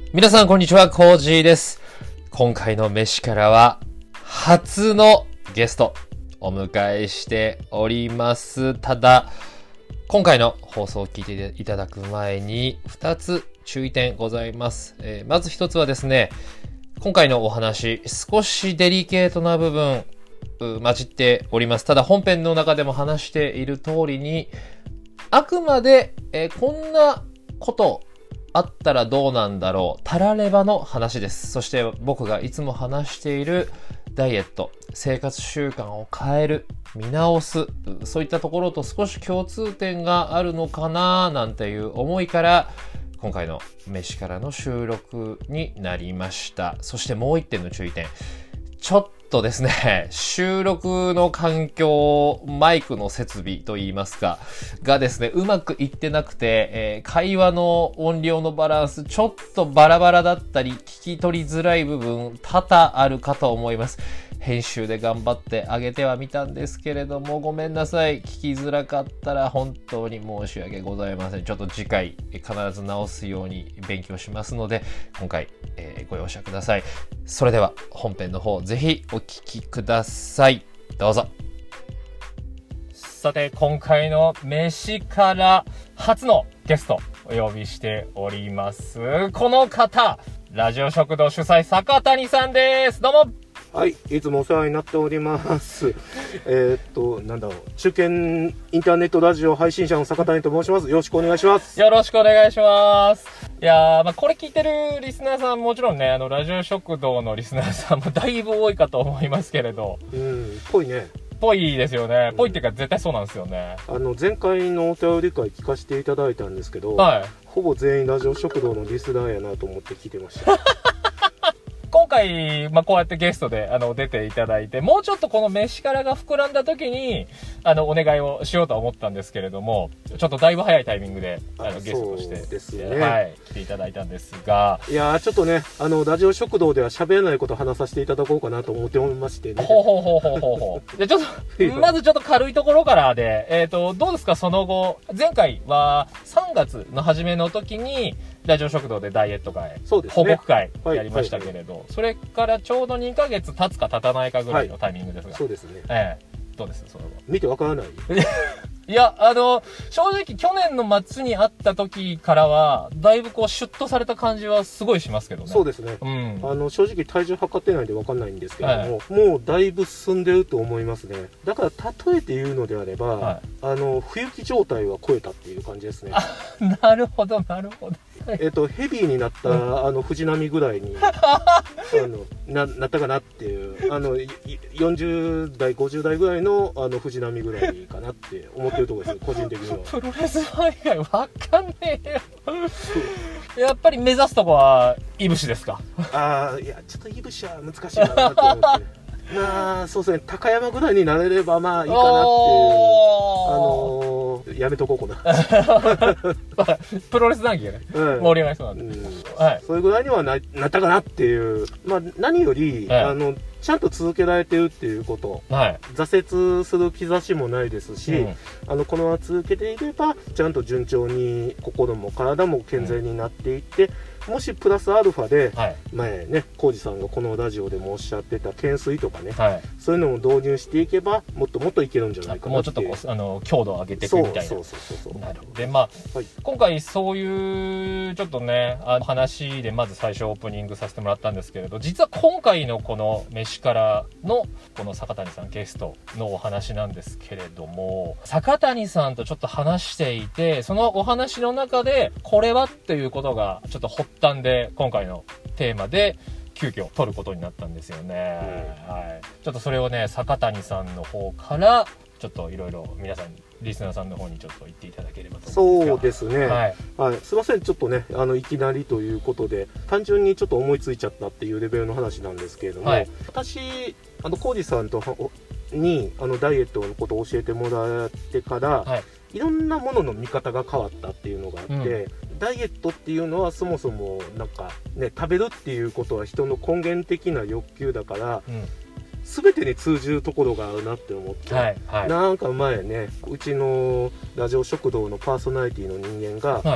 皆さんこんにちは、コージーです。今回の飯からは初のゲストお迎えしております。ただ今回の放送を聞いていただく前に2つ注意点ございます。まず1つはですね、今回のお話少しデリケートな部分混じっております。ただ本編の中でも話している通りに、あくまで、こんなことあったらどうなんだろう、たらればの話です。そして僕がいつも話しているダイエット、生活習慣を変える、見直す、そういったところと少し共通点があるのかななんていう思いから今回の飯からの収録になりました。そしてもう一点の注意点、ちょっとですね、収録の環境、マイクの設備といいますかがですね、うまくいってなくて、会話の音量のバランスちょっとバラバラだったり聞き取りづらい部分多々あるかと思います。編集で頑張ってあげてはみたんですけれども、ごめんなさい。聞きづらかったら本当に申し訳ございません。ちょっと次回必ず直すように勉強しますので、今回、ご容赦ください。それでは本編の方ぜひお聞きください。どうぞ。さて今回の飯から初のゲストお呼びしております。この方、ラジオ食堂主催坂谷さんです。どうも。 はい、いつもお世話になっております。なんだろう、中堅インターネットラジオ配信者の坂谷と申します。よろしくお願いします。 よろしくお願いします。いやー、これ聞いてるリスナーさんもちろんね、ラジオ食堂のリスナーさんもだいぶ多いかと思いますけれど。 ぽいね。 ぽいですよね。ぽいっていうか絶対そうなんですよね。 前回のお便り会聞かせていただいたんですけど、 はい。 ほぼ全員ラジオ食堂のリスナーやなと思って聞いてました。 今回、こうやってゲストで、出ていただいて、もうちょっとこの飯からが膨らんだ時に、お願いをしようとは思ったんですけれども、ちょっとだいぶ早いタイミングで、ゲストとして、 そうですね。 はい、来ていただいたんですが。 いやー、ちょっとね、ラジオ食堂では喋れないことを話させていただこうかなと思っておりましてね。 ほう。で、ちょっと、まずちょっと軽いところからで、どうですか、その後。前回は3月の初めの時に、ラジオ食堂でダイエット会、 そうですね、 報告会やりましたけれど、それからちょうど2ヶ月経つか経たないかぐらいのタイミングですが、 そうですね。 どうですそれは。 見てわからないいや、正直去年の末に会った時からは、だいぶこうシュッとされた感じはすごいしますけどね。 そうですね。正直体重測ってないんでわかんないんですけれども、もうだいぶ進んでると思いますね。だから例えて言うのであれば、不行き状態は超えたっていう感じですね。 なるほど。 ヘビーになった藤波ぐらいになったかなっていう40代50代ぐらいの藤波ぐらいかなって思ってるところです個人的には。 プロレスファン以外わかんねえよ。やっぱり目指すとこはいぶしですか。 いやちょっといぶしは難しいなと思ってそうですね、高山ぐらいになれればまあいいかなっていう、やめとこうかな。 プロレス談義がね、盛り上がりそうなんで、 それぐらいにはなったかなっていう、何より、ちゃんと続けられてるっていうこと、挫折する兆しもないですし、このまま続けていればちゃんと順調に心も体も健全になっていって、もしプラスアルファで、前ね浩二さんがこのラジオでもおっしゃってた懸垂とかね、そういうのも導入していけばもっともっといけるんじゃないかなっていう。 もうちょっとこう強度を上げていくみたいな。そうなるほど。で今回そういうちょっとね話でまず最初オープニングさせてもらったんですけれど、実は今回のこの飯からのこの坂谷さんゲストのお話なんですけれども、坂谷さんとちょっと話していて、そのお話の中でこれはっていうことがちょっと発端で今回のテーマで急遽撮ることになったんですよね。ちょっとそれをね坂谷さんの方からちょっといろいろ皆さんリスナーさんの方にちょっと言っていただければと思うんですが。 そうですね、すいませんちょっとねいきなりということで単純にちょっと思いついちゃったっていうレベルの話なんですけれども、私浩二さんとにダイエットのことを教えてもらってから、いろんなものの見方が変わったっていうのがあって、ダイエットっていうのはそもそもなんかね食べるっていうことは人の根源的な欲求だから、全てに通じるところがあるなって思って、なんか前ねうちのラジオ食堂のパーソナリティの人間が、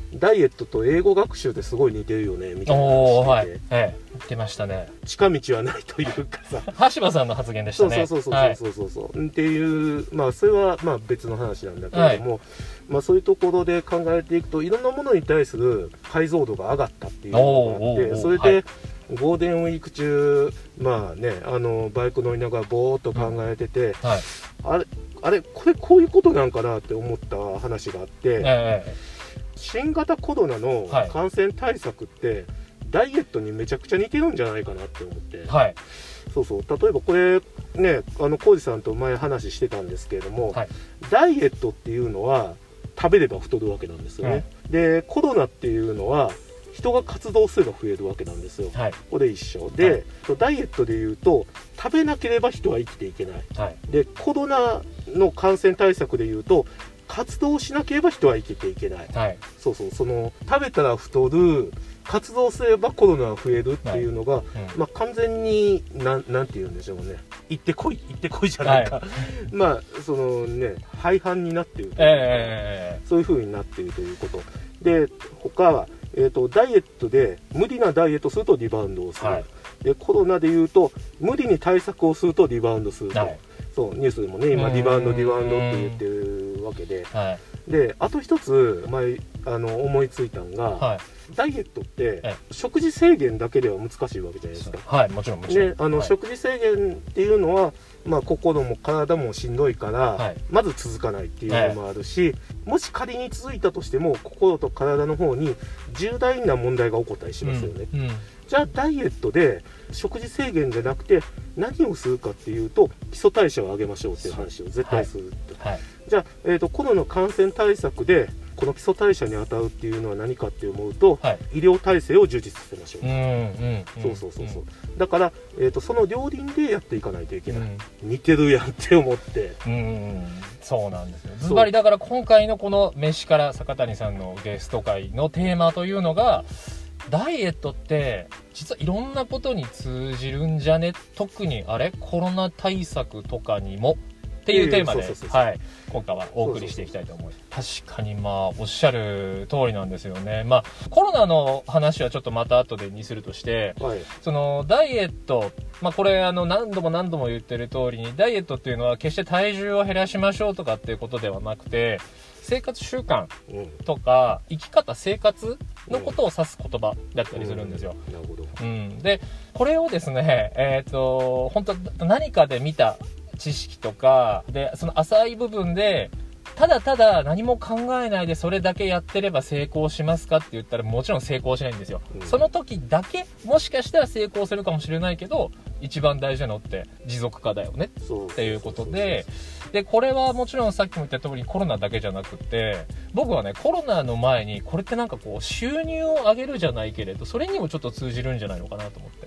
ダイエットと英語学習ってすごい似てるよねみたいな話してて、 言ってましたね。 近道はないというかさ橋場さんの発言でしたね。 そうっていう、まあそれはまあ別の話なんだけれども、まあそういうところで考えていくといろんなものに対する解像度が上がったっていうのがあって、それでゴールデンウィーク中まあねバイク乗りながらぼーっと考えてて、あれこういうことなんかなって思った話があって、新型コロナの感染対策って、ダイエットにめちゃくちゃ似てるんじゃないかなって思って、例えばこれね浩二さんと前話してたんですけれども、ダイエットっていうのは食べれば太るわけなんですよね、でコロナっていうのは人が活動すれば増えるわけなんですよ、これ一緒で、ダイエットでいうと食べなければ人は生きていけない、でコロナの感染対策でいうと活動しなければ人は生きていけない、その食べたら太る活動すればコロナが増えるっていうのが、まあ完全になんて言うんでしょうね、行ってこいじゃないか、まあそのね廃反になっているというか、そういう風になっているということで、他はダイエットで無理なダイエットするとリバウンドをする、でコロナでいうと無理に対策をするとリバウンドすると、そうニュースでもね今リバウンドって言ってるわけで、であと一つ前思いついたのが、ダイエットって食事制限だけでは難しいわけじゃないですか。 もちろんで食事制限っていうのは、まあ、心も体もしんどいから、まず続かないっていうのもあるし、もし仮に続いたとしても心と体の方に重大な問題が起こったりしますよね、じゃあダイエットで食事制限じゃなくて何をするかっていうと基礎代謝を上げましょうっていう話を絶対すると、じゃあ、コロナ感染対策でこの基礎代謝に当たるっていうのは何かって思うと、医療体制を充実させましょう、だから、その両輪でやっていかないといけない、似てるやんって思って、 そうなんですよ。ズバリだから今回のこの飯から坂谷さんのゲスト会のテーマというのが、ダイエットって実はいろんなことに通じるんじゃね、特にコロナ対策とかにもっていうテーマで今回はお送りしていきたいと思います。確かにまあおっしゃる通りなんですよね。まあコロナの話はちょっとまた後でにするとして、そのダイエット、まあこれ何度も言ってる通りにダイエットっていうのは決して体重を減らしましょうとかっていうことではなくて、生活習慣とか生き方生活のことを指す言葉だったりするんですよ。 なるほど。 でこれをですね本当何かで見た知識とかでその浅い部分でただ何も考えないでそれだけやってれば成功しますかって言ったらもちろん成功しないんですよ、その時だけもしかしたら成功するかもしれないけど一番大事なのって持続化だよねっていうことで、これはもちろんさっきも言った通りコロナだけじゃなくて、僕はねコロナの前にこれってなんかこう収入を上げるじゃないけれどそれにもちょっと通じるんじゃないのかなと思って、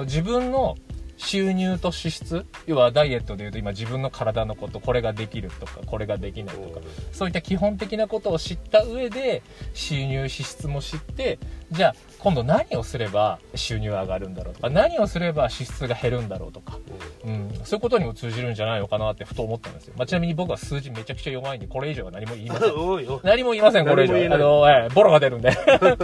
自分の収入と支出、要はダイエットでいうと今自分の体のこと、これができるとかこれができないとか、そういった基本的なことを知った上で収入支出も知って、じゃあ今度何をすれば収入上がるんだろうとか、何をすれば支出が減るんだろうとか、そういうことにも通じるんじゃないのかなってふと思ったんですよ。ちなみに僕は数字めちゃくちゃ弱いんでこれ以上は何も言いません何も言いません、これ以上ボロが出るんで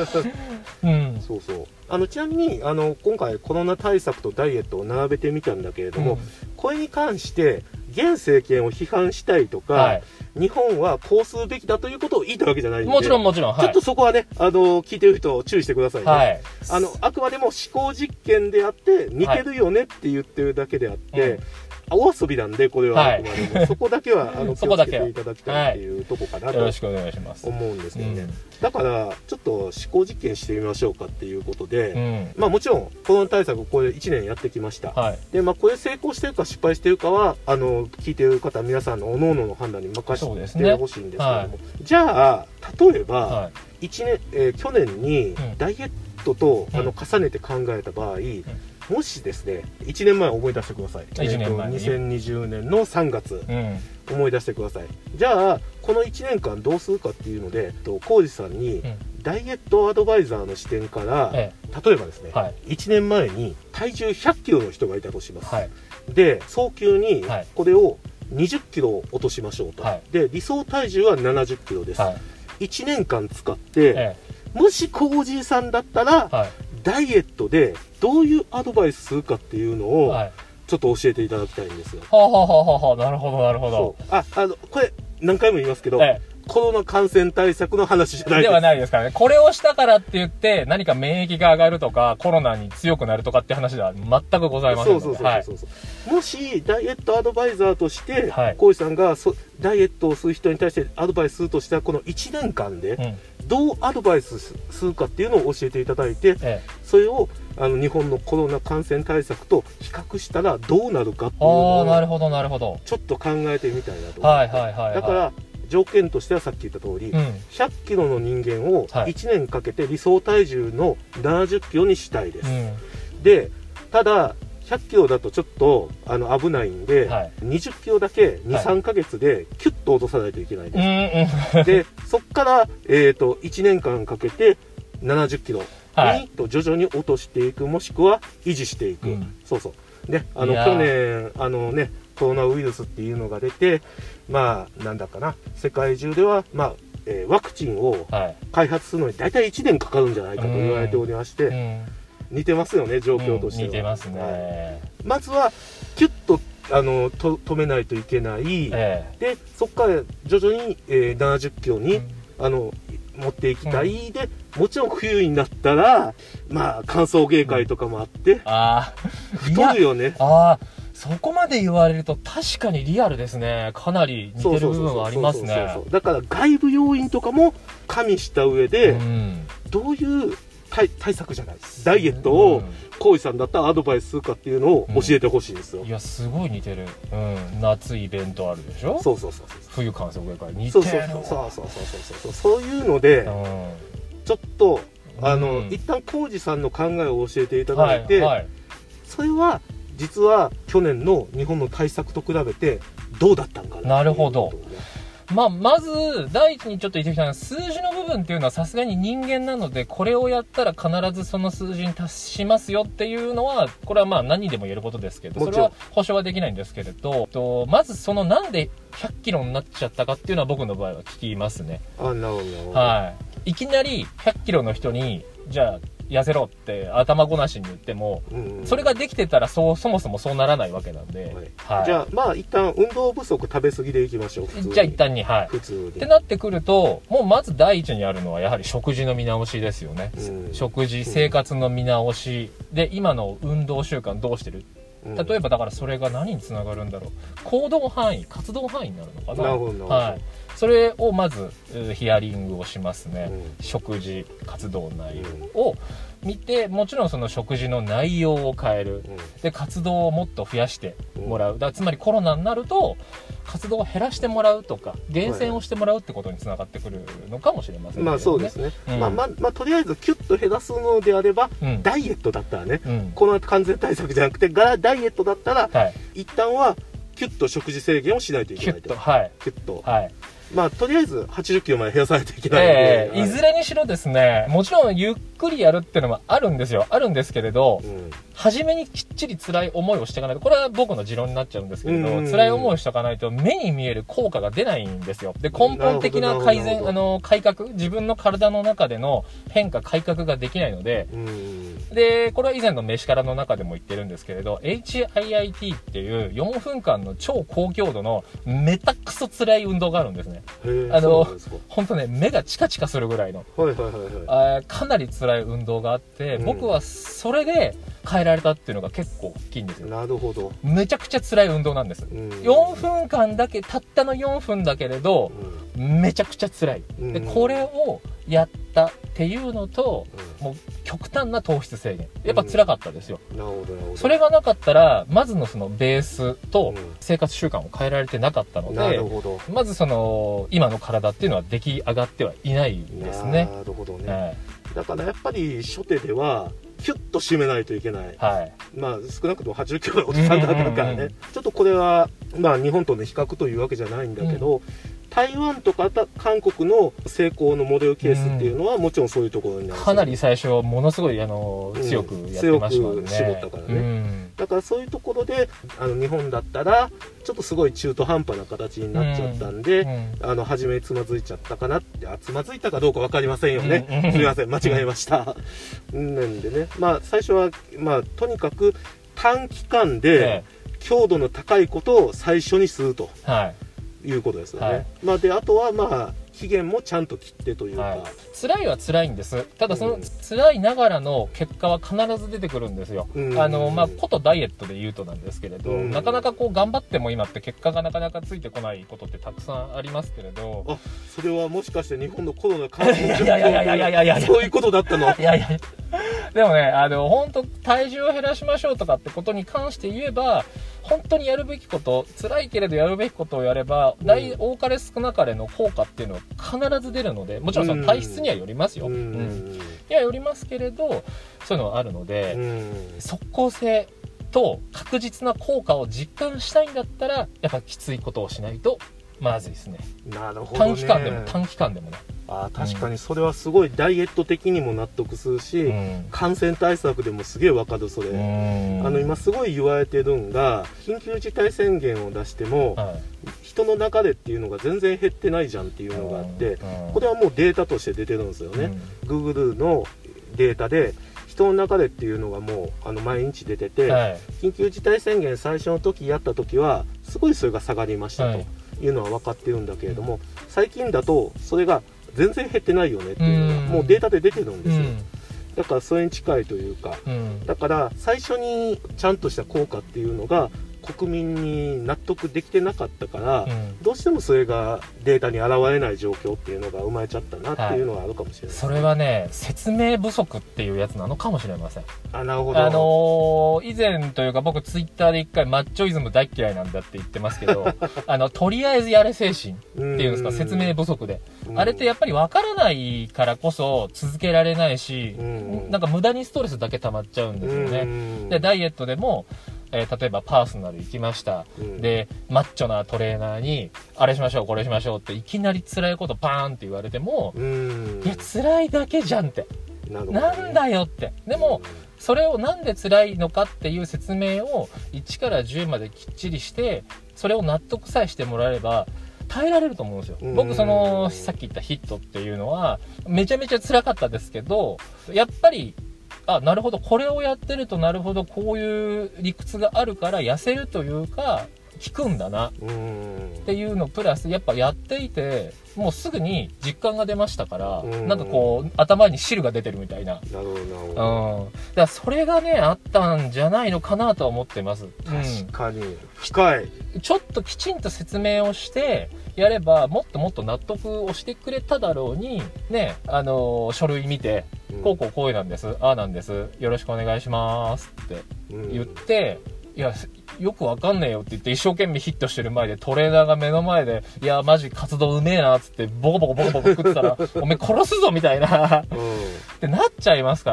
ちなみに今回コロナ対策とダイエットを並べてみたんだけれども、これに関して現政権を批判したいとか、日本はこうするべきだということを言いたいわけじゃないので、 もちろん、ちょっとそこはね聞いてる人注意してくださいね、あくまでも思考実験であって似てるよねって言ってるだけであって、お遊びなんでこれはあくまでも、そこだけは気をつけていただきたいっていうとこかなとよろしくお願いします思うんですけどね、だからちょっと思考実験してみましょうかっていうことで、まあもちろんコロナ対策これ1年やってきました、でまあこれ成功してるか失敗してるかは聞いてる方皆さんの各々の判断に任せてほしいんですけども、じゃあ例えば去年にダイエットと重ねて考えた場合、もしですね1年前思い出してください、2020年の3月、思い出してください。じゃあこの1年間どうするかっていうので浩二さんにダイエットアドバイザーの視点から、例えばですね、1年前に体重100キロの人がいたとします、で早急にこれを20キロ落としましょうと、で理想体重は70キロです、 1年間使って、もしコージーさんだったら、ダイエットでどういうアドバイスするかっていうのを、ちょっと教えていただきたいんですよ。 なるほど、なるほど。 これ、何回も言いますけど、コロナ感染対策の話じゃないです。 ではないですからね。これをしたからって言って、何か免疫が上がるとか、コロナに強くなるとかって話では全くございませんので。 もし、ダイエットアドバイザーとして、コウジさんがダイエットをする人に対してアドバイスするとしたら、この1年間で、どうアドバイスするかっていうのを教えていただいて、それを日本のコロナ感染対策と比較したらどうなるかっていうのを、 なるほど、なるほど。 ちょっと考えてみたいなと思って。だから、条件としてはさっき言った通り、100キロの人間を1年かけて理想体重の70キロにしたいです。で、ただ、100キロだとちょっと危ないんで、20キロだけ2、3ヶ月でキュッと落とさないといけないです。で、そこから、1年間かけて70キロに徐々に落としていく、もしくは維持していく。ね、去年、コロナウイルスっていうのが出て、なんだかな、世界中では、ワクチンを開発するのに大体1年かかるんじゃないかと言われておりまして、似てますよね、状況としては。 似てますね。 まずは、キュッと止めないといけない。で、そこから徐々に70キロに持っていきたい。で、もちろん冬になったら、歓送迎会とかもあって、太るよね。 そこまで言われると確かにリアルですね。かなり似てる部分はありますね。 だから外部要因とかも加味した上で、どういう対策じゃないダイエットをコウジさんだったらアドバイスするかっていうのを教えてほしいんですよ。 いや、すごい似てる。夏イベントあるでしょ。冬歓送迎会似てる。 そういうので、ちょっと一旦コウジさんの考えを教えていただいて、それは実は去年の日本の対策と比べてどうだったんかな。 なるほど。まず、第一にちょっと言ってきたのは、数字の部分っていうのはさすがに人間なので、これをやったら必ずその数字に達しますよっていうのは、これは何にでも言えることですけど、それは保証はできないんですけれど、まずなんで100キロになっちゃったかっていうのは僕の場合は聞きますね。 なるほど。 いきなり100キロの人に、じゃあ、痩せろって頭ごなしに言っても、それができてたらそもそもそうならないわけなんで、 じゃあ一旦運動不足食べ過ぎでいきましょう。 じゃあ一旦に普通にってなってくると、もうまず第一にあるのはやはり食事の見直しですよね。食事、生活の見直しで、今の運動習慣どうしてる。例えばだからそれが何につながるんだろう。行動範囲、活動範囲になるのかな。 なるほど。 それをまずヒアリングをしますね。食事、活動内容を見て、もちろんその食事の内容を変える。で、活動をもっと増やしてもらう。つまりコロナになると、活動を減らしてもらうとか、厳選をしてもらうってことにつながってくるのかもしれませんね。 そうですね。とりあえずキュッと減らすのであれば、ダイエットだったらね、この完全対策じゃなくて、ダイエットだったら、一旦はキュッと食事制限をしないといけないと。キュッと。とりあえず80キロまで減らさないといけないので、 いずれにしろですね、もちろんゆっくりやるっていうのもあるんですよ。あるんですけれど、初めにきっちり辛い思いをしていかないと、これは僕の持論になっちゃうんですけれど、辛い思いをしておかないと目に見える効果が出ないんですよ。で、根本的な改善、改革、自分の体の中での変化、改革ができないので、で、これは以前の飯からの中でも言ってるんですけれど、HIIT っていう4分間の超高強度のめたくそ辛い運動があるんですね。本当ね、目がチカチカするぐらいの、かなり辛い運動があって、僕はそれで変えられたっていうのが結構大きいんですよ。 なるほど。 めちゃくちゃ辛い運動なんです。4分間だけ、たったの4分だけれど、めちゃくちゃ辛い。で、これをやったっていうのと、もう極端な糖質制限。やっぱ辛かったですよ。それがなかったら、まずのそのベースと生活習慣を変えられてなかったので、まず今の体っていうのは出来上がってはいないんですね。 なるほどね。だからやっぱり初手では、キュッと締めないといけない。少なくとも80キロのおじさんだったからね。ちょっとこれは、日本との比較というわけじゃないんだけど、 台湾とか韓国の成功のモデルケースっていうのはもちろんそういうところになる、 かなり最初ものすごい強くやってましたもんね、 強く絞ったからね、だからそういうところで日本だったらちょっとすごい中途半端な形になっちゃったんで、初めつまずいちゃったかなって、つまずいたかどうか分かりませんよね、すみません間違えましたなんでね、最初はとにかく短期間で強度の高いことを最初にすると、いうことですよね、であとは期限もちゃんと切ってというか、 辛いは辛いんです。ただその辛いながらの結果は必ず出てくるんですよ。ことダイエットで言うとなんですけれど、なかなか頑張っても今って結果がなかなかついてこないことってたくさんありますけれど、 それはもしかして日本のコロナ感染症そういうことだったの？ いやでもね、本当体重を減らしましょうとかってことに関して言えば、本当にやるべきこと、辛いけれどやるべきことをやれば、多かれ少なかれの効果っていうのは必ず出るので、もちろんその体質にはよりますよ。いや、よりますけれど、そういうのはあるので、即効性と確実な効果を実感したいんだったら、やっぱきついことをしないとまずいですね。 なるほどね。 短期間でもね。 確かにそれはすごいダイエット的にも納得するし、感染対策でもすげえわかる、それ。今すごい言われてるんが、緊急事態宣言を出しても、人の流れっていうのが全然減ってないじゃんっていうのがあって、これはもうデータとして出てるんですよね。Google のデータで、人の流れっていうのがもう毎日出てて、緊急事態宣言最初の時やった時は、すごいそれが下がりましたというのは分かってるんだけれども、最近だとそれが全然減ってないよねっていうのがもうデータで出てるんですよ。だからそれに近いというか、だから最初にちゃんとした効果っていうのが国民に納得できてなかったから、どうしてもそれがデータに現れない状況っていうのが生まれちゃったなっていうのはあるかもしれない、 それはね、説明不足っていうやつなのかもしれません。 なるほど。 以前というか、僕ツイッターで一回マッチョイズム大嫌いなんだって言ってますけどとりあえずやれ精神っていうんですか、説明不足で、あれってやっぱり分からないからこそ続けられないし、なんか無駄にストレスだけ溜まっちゃうんですよね。でダイエットでも例えばパーソナル行きました、でマッチョなトレーナーにあれしましょうこれしましょうっていきなり辛いことパーンって言われても、いや辛いだけじゃんって、なんだよって。でもそれをなんで辛いのかっていう説明を1から10まできっちりして、それを納得さえしてもらえれば耐えられると思うんですよ。僕さっき言ったヒットっていうのはめちゃめちゃ辛かったですけど、やっぱりなるほど、これをやってると、なるほど、こういう理屈があるから痩せるというか効くんだなっていうのプラス、やっぱやっていてもうすぐに実感が出ましたから、なんか頭に汁が出てるみたいな。だからそれがねあったんじゃないのかなとは思ってます。 確かに深い。 ちょっときちんと説明をしてやれば、もっともっと納得をしてくれただろうにね。書類見て、こうなんです、なんです、よろしくお願いしますって言って、いやよくわかんねえよって言って一生懸命ヒットしてる前でトレーナーが目の前で、いやマジカツ丼うめえなっつってボコボコ食ってたらおめえ殺すぞみたいなってなっちゃいますから、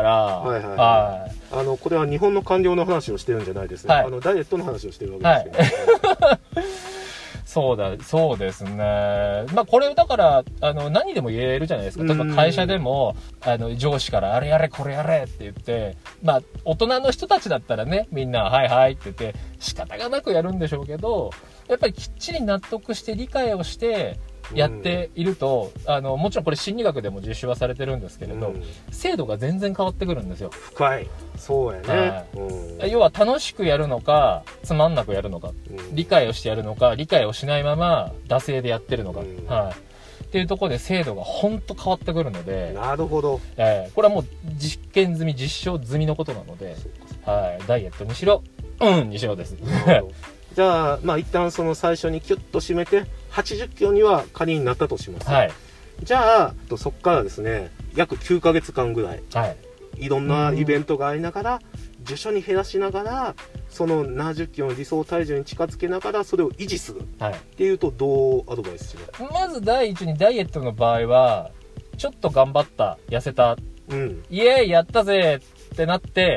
これは日本の官僚の話をしてるんじゃないですね、ダイエットの話をしてるわけですけど、 そうですね。これだから何でも言えるじゃないですか。例えば会社でも上司からあれやれこれやれって言って、大人の人たちだったらね、みんなはいはいって言って仕方がなくやるんでしょうけど、やっぱりきっちり納得して理解をしてやっていると、もちろんこれ心理学でも実証はされてるんですけれど、精度が全然変わってくるんですよ。 深い。そうやね。 要は楽しくやるのかつまんなくやるのか、理解をしてやるのか理解をしないまま惰性でやってるのか、っていうところで精度が本当変わってくるので。 なるほど。 これはもう実験済み実証済みのことなので、ダイエットにしろにしろです。 じゃあ一旦その最初にキュッと締めて80キロには仮になったとします、じゃあそこからですね、約9ヶ月間ぐらい、いろんなイベントがありながら徐々に減らしながら、その70キロの理想体重に近づけながらそれを維持するっていうと、どうアドバイスします？ まず第一にダイエットの場合はちょっと頑張った、痩せた、イエーイやったぜってなって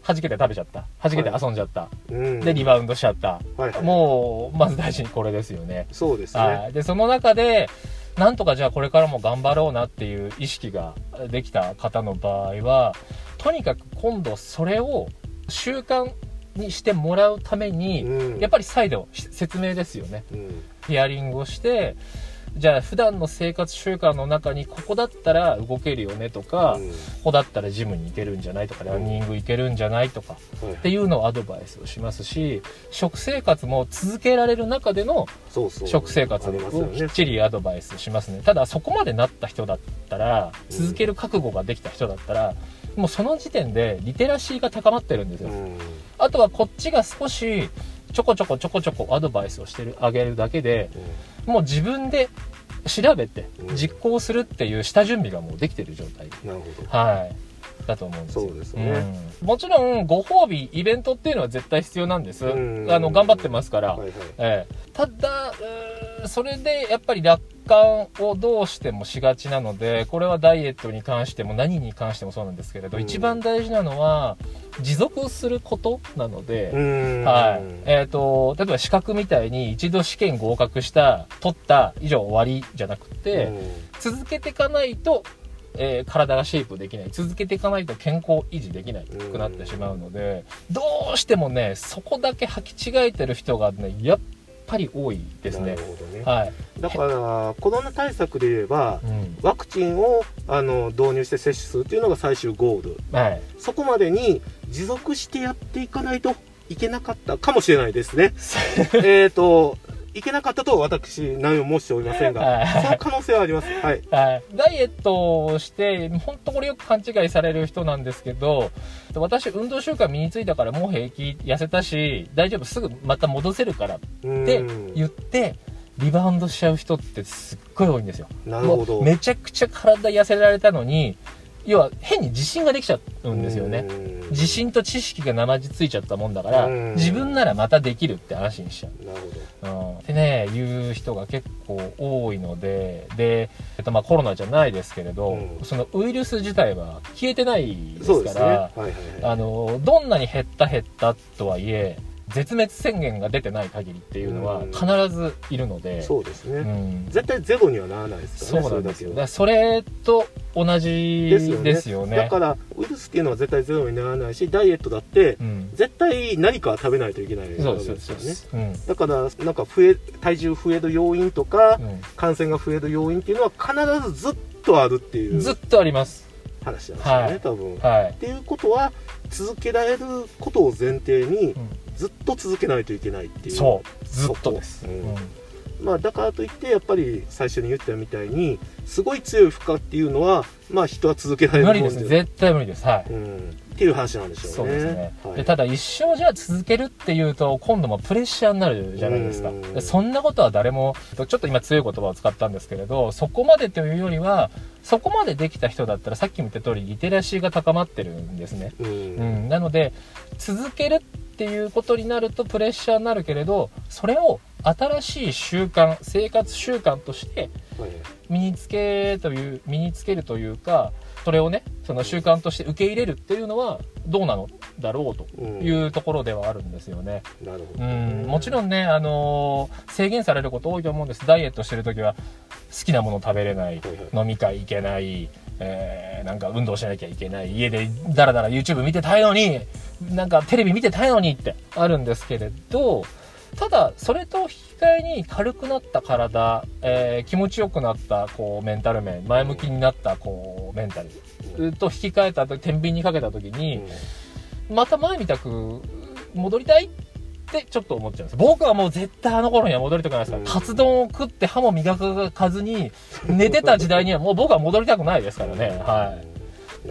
弾けて食べちゃった。弾けて遊んじゃった。 うんで、リバウンドしちゃった。 はいはい、 もう、まず大事にこれですよね。 そうですね。 で、その中で、なんとかじゃあこれからも頑張ろうなっていう意識ができた方の場合は、とにかく今度それを習慣にしてもらうために、 うん、 やっぱり再度説明ですよね。 うん、 ヒアリングをして、じゃあ普段の生活習慣の中にここだったら動けるよねとか、 うん、 ここだったらジムに行けるんじゃないとか、ランニング行けるんじゃないとか、っていうのをアドバイスをしますし、食生活も続けられる中での食生活をきっちりアドバイスしますね。ただそこまでなった人だったら、続ける覚悟ができた人だったら、もうその時点でリテラシーが高まってるんですよ。あとはこっちが少しちょこちょこアドバイスをしてあげるだけで、もう自分で調べて実行するっていう下準備がもうできてる状態、 なるほど、 はい、だと思うんですよ。 そうですね、 もちろんご褒美イベントっていうのは絶対必要なんです。頑張ってますから、はいはい、ただそれでやっぱり楽観をどうしてもしがちなので、これはダイエットに関しても何に関してもそうなんですけれど、一番大事なのは持続することなので、はい、例えば資格みたいに一度試験合格取った以上終わりじゃなくて、続けていかないと体がシェイプできない、続けていかないと健康維持できないくなってしまうので、どうしてもねそこだけ履き違えてる人がねやっぱり多いですね。 なるほどね、 はい、 だからコロナ対策で言えば、ワクチンを導入して接種するというのが最終ゴール、はい、そこまでに持続してやっていかないといけなかったかもしれないですね。いけなかったと私何も申しておりませんが、その可能性はあります。はい。 ダイエットをして、本当これよく勘違いされる人なんですけど、私運動習慣身についたからもう平気、痩せたし、大丈夫、すぐまた戻せるからって言って、リバウンドしちゃう人ってすっごい多いんですよ。 なるほど。 めちゃくちゃ体痩せられたのに、要は変に自信ができちゃうんですよね。自信と知識がなまじついちゃったもんだから、自分ならまたできるって話にしちゃう。 なるほど。ってね、言う人が結構多いので、コロナじゃないですけれど、そのウイルス自体は消えてないですから、どんなに減ったとはいえ、絶滅宣言が出てない限りっていうのは必ずいるので、 そうですね、絶対ゼロにはならないですからね。 そうなんですよ。だからそれと同じですよね。 だからウイルスっていうのは絶対ゼロにならないし、ダイエットだって、絶対何か食べないといけないわけですよね。だからなんか体重増える要因とか、感染が増える要因っていうのは必ずずっとあるっていう、 ずっとあります話なんですよね、多分。っていうことは続けられることを前提に、ずっと続けないといけないっていう。 そうずっとです、 だからといってやっぱり最初に言ったみたいにすごい強い負荷っていうのは人は続けられるもんで、 無理です、絶対無理です。はい、 っていう話なんでしょうね。 そうですね、でただ一生じゃあ続けるっていうと今度もプレッシャーになるじゃないですか。でそんなことは誰も、ちょっと今強い言葉を使ったんですけれど、そこまでというよりはそこまでできた人だったらさっきも言った通りリテラシーが高まってるんですね。なので続けるっていうことになるとプレッシャーになるけれど、それを新しい習慣、生活習慣として身につけるというか、それをね、その習慣として受け入れるっていうのはどうなのだろうというところではあるんですよね。 なるほど。 もちろんね、制限されること多いと思うんです。ダイエットしてるときは好きなもの食べれない、飲み会行けない、なんか運動しなきゃいけない、家でダラダラ YouTube 見てたいのに、なんかテレビ見てたいのにってあるんですけれど、ただそれと引き換えに軽くなった体、気持ちよくなったメンタル面、前向きになったメンタルと引き換えた天秤にかけた時に、また前みたく戻りたいってちょっと思っちゃうんです。僕はもう絶対あの頃には戻りたくないですから、カツ丼を食って歯も磨かずに寝てた時代にはもう僕は戻りたくないですからね。はい。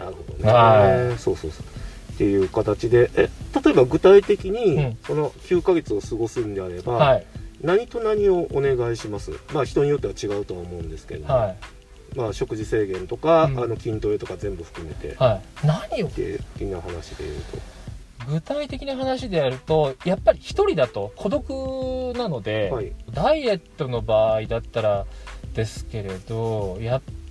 なるほどね。そうっていう形で、例えば具体的にその9ヶ月を過ごすんであれば、何と何をお願いします？人によっては違うとは思うんですけど、食事制限とか、筋トレとか全部含めて、 何を的な話で言うと、 具体的な話でやると、やっぱり一人だと孤独なので、ダイエットの場合だったらですけれど、やっ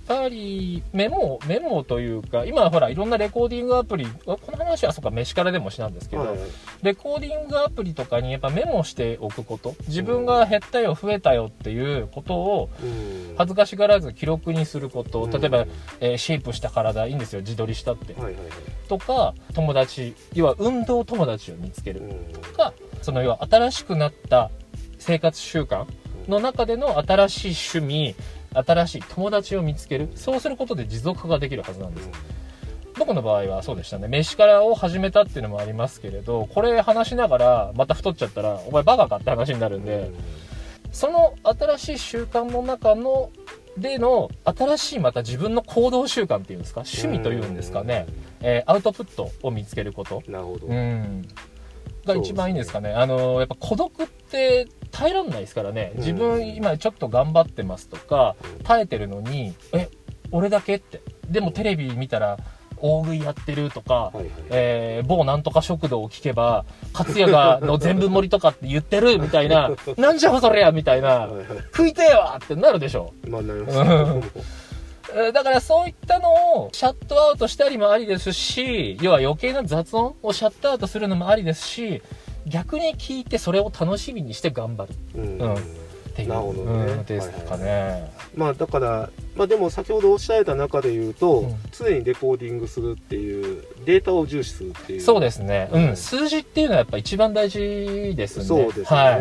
ぱりメモというか、今ほらいろんなレコーディングアプリ、この話はそうか飯からでもしなんですけど、 はい、 レコーディングアプリとかにやっぱメモしておくこと、自分が減ったよ増えたよっていうことを恥ずかしがらず記録にすること、例えば、シェイプした体いいんですよ、自撮りしたって、はいはいはい、とか友達、要は運動友達を見つけるとか、その要は新しくなった生活習慣の中での新しい趣味、新しい友達を見つける。そうすることで持続化ができるはずなんです。僕の場合はそうでしたね。飯からを始めたっていうのもありますけれど、これ話しながらまた太っちゃったらお前バカかって話になるんで、その新しい習慣の中のでの新しいまた自分の行動習慣っていうんですか、趣味というんですかね、アウトプットを見つけること。 なるほど。 が一番いいんですかね。やっぱ孤独って耐えらんないですからね。自分今ちょっと頑張ってますとか、耐えてるのに、俺だけって。でもテレビ見たら、大食いやってるとか、某なんとか食堂を聞けば、勝也がの全部盛りとかって言ってるみたいな、なんじゃそりゃみたいな、食いてえわってなるでしょ。 まあなりますだからそういったのをシャットアウトしたりもありですし、要は余計な雑音をシャットアウトするのもありですし、逆に聞いてそれを楽しみにして頑張る。っていう。 なるほどね。 ですかね。 まあだから、まあでも先ほどおっしゃられた中で言うと、常にレコーディングするっていう、データを重視するっていう。 そうですね。数字っていうのはやっぱ一番大事ですね。 そうですね。はい。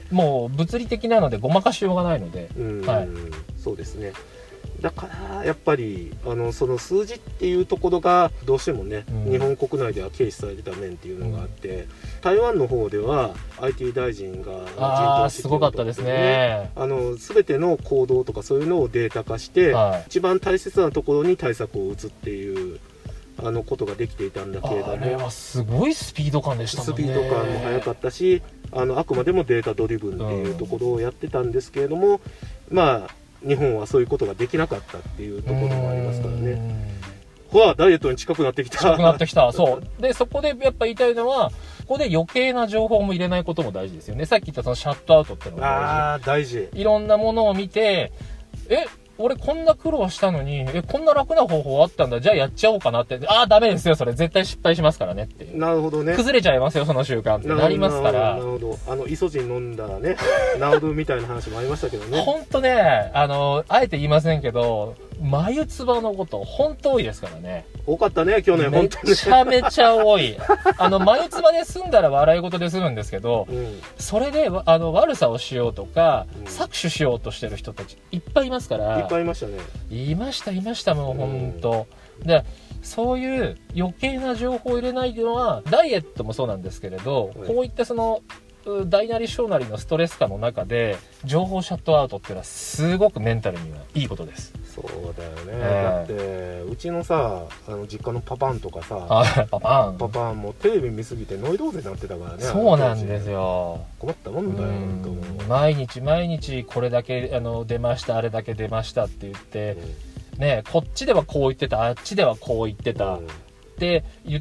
もう物理的なのでごまかしようがないので。 そうですね。だからやっぱりその数字っていうところがどうしてもね、日本国内では軽視されてた面っていうのがあって、台湾の方では IT 大臣がすごかったですね。 全ての行動とかそういうのをデータ化して、一番大切なところに対策を打つっていうことができていたんだけれども、 あれはすごいスピード感でしたもんね。 スピード感も速かったし、あくまでもデータドリブンっていうところをやってたんですけれども、まあ日本はそういうことができなかったっていうところもありますからね。ダイエットに近くなってきた。 近くなってきた。そう。で、そこでやっぱ言いたいのは、ここで余計な情報も入れないことも大事ですよね。さっき言ったそのシャットアウトってのが大事。 いろんなものを見て、俺こんな苦労したのに、こんな楽な方法あったんだ。じゃあやっちゃおうかなって。ダメですよ。それ絶対失敗しますからねっていう。 なるほどね。 崩れちゃいますよ、その習慣ってなりますから。 なるほど。イソジン飲んだらね、治るみたいな話もありましたけどね。 ほんとね、あえて言いませんけど、眉唾のこと、ほんと多いですからね。 多かったね、去年、本当に。 めちゃめちゃ多い。眉唾で済んだら笑い事で済むんですけど、それで、悪さをしようとか、搾取しようとしてる人たち、いっぱいいますから。 いっぱいいましたね。 いました、もうほんと。で、そういう余計な情報を入れないのは、ダイエットもそうなんですけれど、こういったその、大なり小なりのストレス下の中で情報シャットアウトっていうのはすごくメンタルにはいいことです。 そうだよね、だってうちのさ実家のパパンとかさ、パパンもテレビ見すぎてノイローゼになってたからね。 そうなんですよ。 困ったもんだよ。 毎日これだけ出ましたあれだけ出ましたって言って、ね、こっちではこう言ってたあっちではこう言ってた、って言って、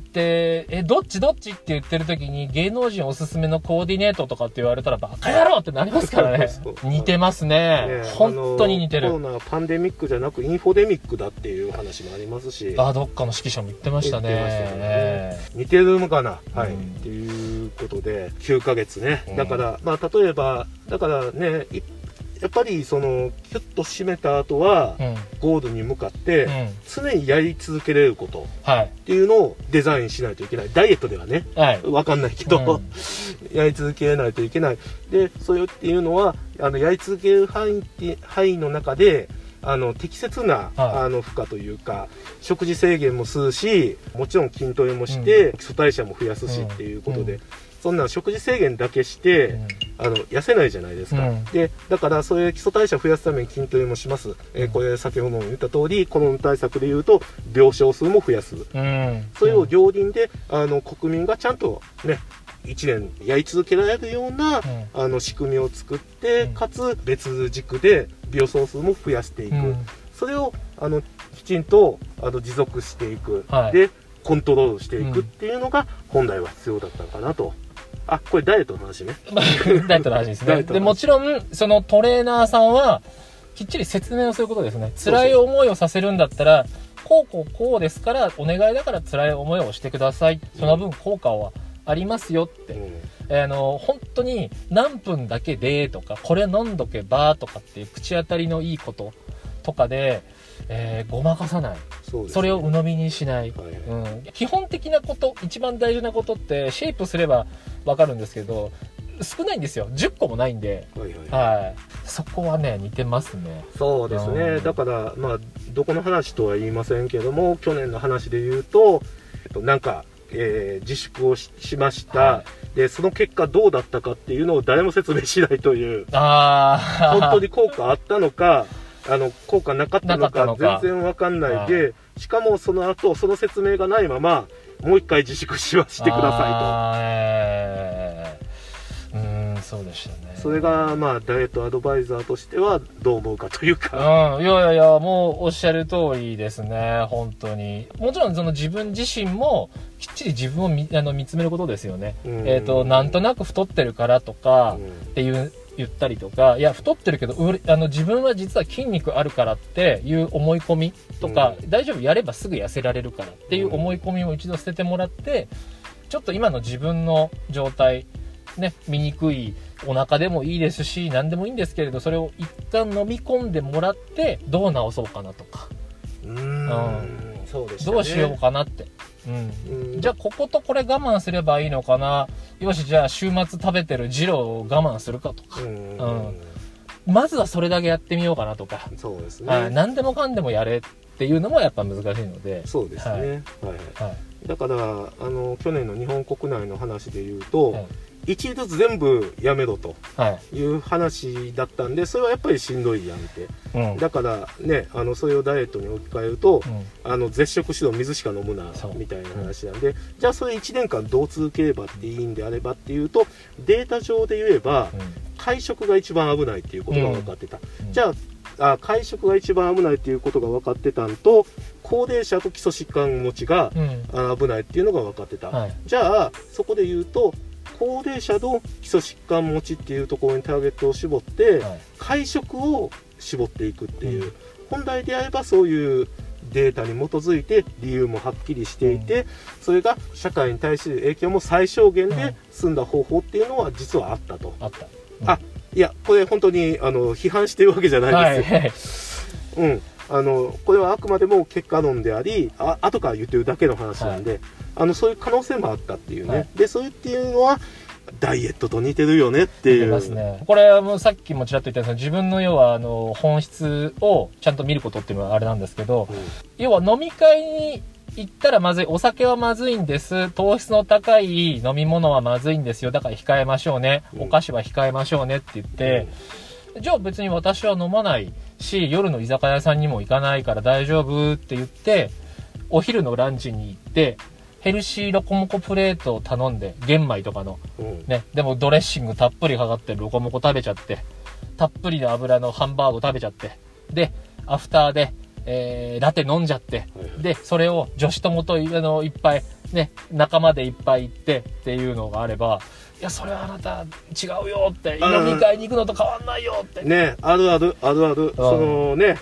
どっちって言ってる時に芸能人おすすめのコーディネートとかって言われたらバカ野郎ってなりますからね。似てますね。本当に似てる。 コロナパンデミックじゃなくインフォデミックだっていう話もありますし。 どっかの指揮者も言ってましたね。 似てるのかな、っていうことで、9ヶ月ね。だから、例えば、だからね、やっぱりそのキュッと締めた後は、ゴールに向かって常にやり続けれることっていうのをデザインしないといけない。ダイエットではね、分かんないけど、やり続けないといけない。でそれっていうのはやり続ける範囲の中で適切な、負荷というか食事制限もするし、もちろん筋トレもして、基礎代謝も増やすしっていうことで、そんな食事制限だけして、痩せないじゃないですか。でだからそういう基礎代謝を増やすために筋トレもします。これ先ほども言った通りコロナ対策でいうと病床数も増やす。それを両輪で国民がちゃんとね1年やり続けられるような、仕組みを作って、かつ別軸で病床数も増やしていく。それをきちんと持続していく。でコントロールしていくっていうのが本来は必要だったのかなと。これダイエットの話ね。 ダイエットの話ですね。でもちろんそのトレーナーさんはきっちり説明をすることですね。辛い思いをさせるんだったら、こうですから、お願いだから辛い思いをしてください。その分効果はありますよって。本当に何分だけでとか、これ飲んどけばとかっていう口当たりのいいこととかで、ごまかさない。それを鵜呑みにしない、基本的なこと、一番大事なことってシェイプすればわかるんですけど、少ないんですよ。10個もないんで、そこはね似てますね。 そうですね、だからまあどこの話とは言いませんけども、去年の話で言うと、なんか、自粛を しました、でその結果どうだったかっていうのを誰も説明しないという、本当に効果あったのか効果なかったのか全然わかんないで、しかもその後その説明がないままもう一回自粛してくださいと。 そうでしたね。 それがまあダイエットアドバイザーとしてはどう思うかというか、 いやもうおっしゃる通りですね。本当にもちろんその自分自身もきっちり自分を見つめることですよね。なんとなく太ってるからとかって言ったりとか、いや太ってるけど自分は実は筋肉あるからっていう思い込みとか、大丈夫やればすぐ痩せられるからっていう思い込みを一度捨ててもらって、ちょっと今の自分の状態ね、醜いお腹でもいいですし何でもいいんですけれど、それを一旦飲み込んでもらってどう治そうかなとか、 そうでしたね、 どうしようかなって、じゃあこことこれ我慢すればいいのかな、よしじゃあ週末食べてるジロを我慢するかとか、まずはそれだけやってみようかなとか、 そうですね、 何でもかんでもやれっていうのもやっぱ難しいので、 そうですね、だから去年の日本国内の話で言うと、一律全部やめろという話だったんで、それはやっぱりしんどいやんって、だからねそれをダイエットに置き換えると、絶食しろ水しか飲むなみたいな話なんで、じゃあそれ1年間どう続ければっていいんであればっていうと、データ上で言えば、会食が一番危ないっていうことが分かってた、じゃあ会食が一番危ないっていうことが分かってたんと、高齢者と基礎疾患持ちが危ないっていうのが分かってた、じゃあそこで言うと高齢者の基礎疾患持ちっていうところにターゲットを絞って、会食を絞っていくっていう、本来であればそういうデータに基づいて理由もはっきりしていて、それが社会に対する影響も最小限で済んだ方法っていうのは実はあったと。いやこれ本当に批判してるわけじゃないですよ、これはあくまでも結果論であり、後から言ってるだけの話なんで、そういう可能性もあったっていうね、でそういうっていうのはダイエットと似てるよねっていう。 ますね。これはもうさっきもちらっと言ったんですけど、自分の要は本質をちゃんと見ることっていうのはあれなんですけど、要は飲み会に行ったらまずい、お酒はまずいんです、糖質の高い飲み物はまずいんですよ、だから控えましょうね、お菓子は控えましょうねって言って、じゃあ別に私は飲まないし夜の居酒屋さんにも行かないから大丈夫って言って、お昼のランチに行ってヘルシーロコモコプレートを頼んで、玄米とかの、でもドレッシングたっぷりかかってるロコモコ食べちゃって、たっぷりの油のハンバーグ食べちゃって、でアフターでラテ飲んじゃって、でそれを女子友といっぱいね、仲間でいっぱい行ってっていうのがあれば、いやそれはあなた違うよって、飲み会に行くのと変わんないよってね、ある、そのね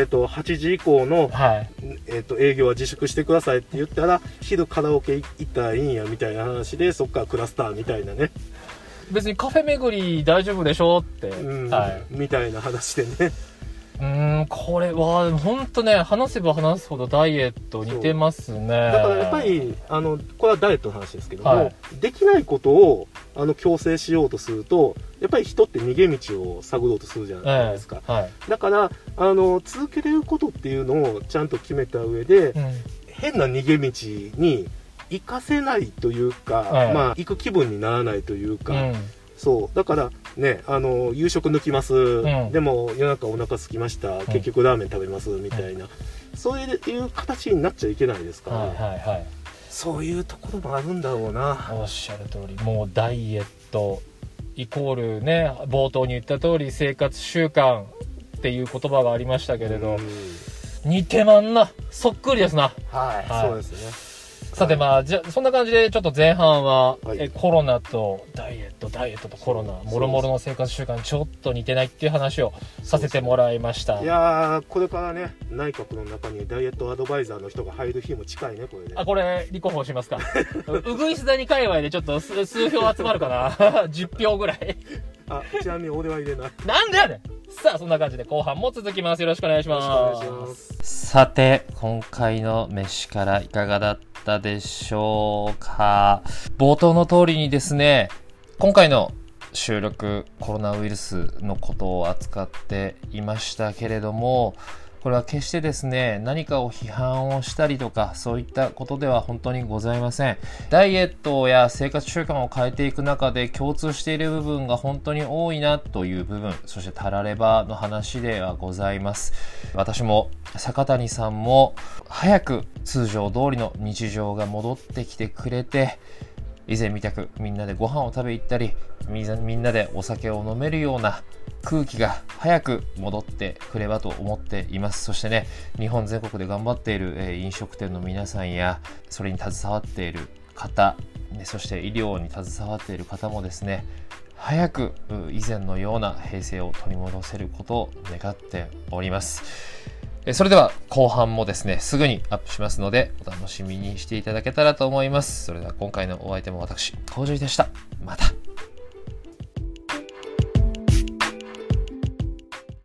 8時以降の、営業は自粛してくださいって言ったら、昼カラオケ行ったらいいんやみたいな話で、そっからクラスターみたいなね、 別にカフェ巡り大丈夫でしょって、 みたいな話でね。 これは本当ね、話せば話すほどダイエット似てますね。だからやっぱりこれはダイエットの話ですけども、できないことを強制しようとすると、やっぱり人って逃げ道を探ろうとするじゃないですか、だから続けれることっていうのをちゃんと決めた上で、変な逃げ道に行かせないというか、行く気分にならないというか、そうだからね、夕食抜きます、でも夜中お腹空きました、結局ラーメン食べますみたいな、そういう形になっちゃいけないですから、そういうところもあるんだろうな。 おっしゃる通り、もうダイエットイコールね、冒頭に言った通り生活習慣っていう言葉がありましたけれど、似てまんな、そっくりですな。 そうですね。 さてじゃあそんな感じでちょっと前半は、 はい、 コロナとダイエットとコロナもろもろの生活習慣ちょっと似てないっていう話をさせてもらいました。 いやー、これからね、内閣の中にダイエットアドバイザーの人が入る日も近いね、これね。 これ立候補しますか。うぐいす谷界隈でちょっと数票集まるかな。10票ぐらい。 ちなみに俺は入れない。 なんでやねん。さあそんな感じで後半も続きます。よろしくお願いします。 さて、今回の飯からいかがだったでしょうか。冒頭の通りにですね、今回の収録、コロナウイルスのことを扱っていましたけれども、これは決してですね、何かを批判をしたりとか、そういったことでは本当にございません。ダイエットや生活習慣を変えていく中で共通している部分が本当に多いなという部分、そしてタラレバの話ではございます。私も坂谷さんも早く通常通りの日常が戻ってきてくれて、以前みたくみんなでご飯を食べ行ったり、みんなでお酒を飲めるような空気が早く戻ってくればと思っています。そしてね、日本全国で頑張っている飲食店の皆さんや、それに携わっている方、そして医療に携わっている方もですね、早く以前のような平静を取り戻せることを願っております。それでは後半もですね、すぐにアップしますので、お楽しみにしていただけたらと思います。それでは今回のお相手も私、コウジでした。また。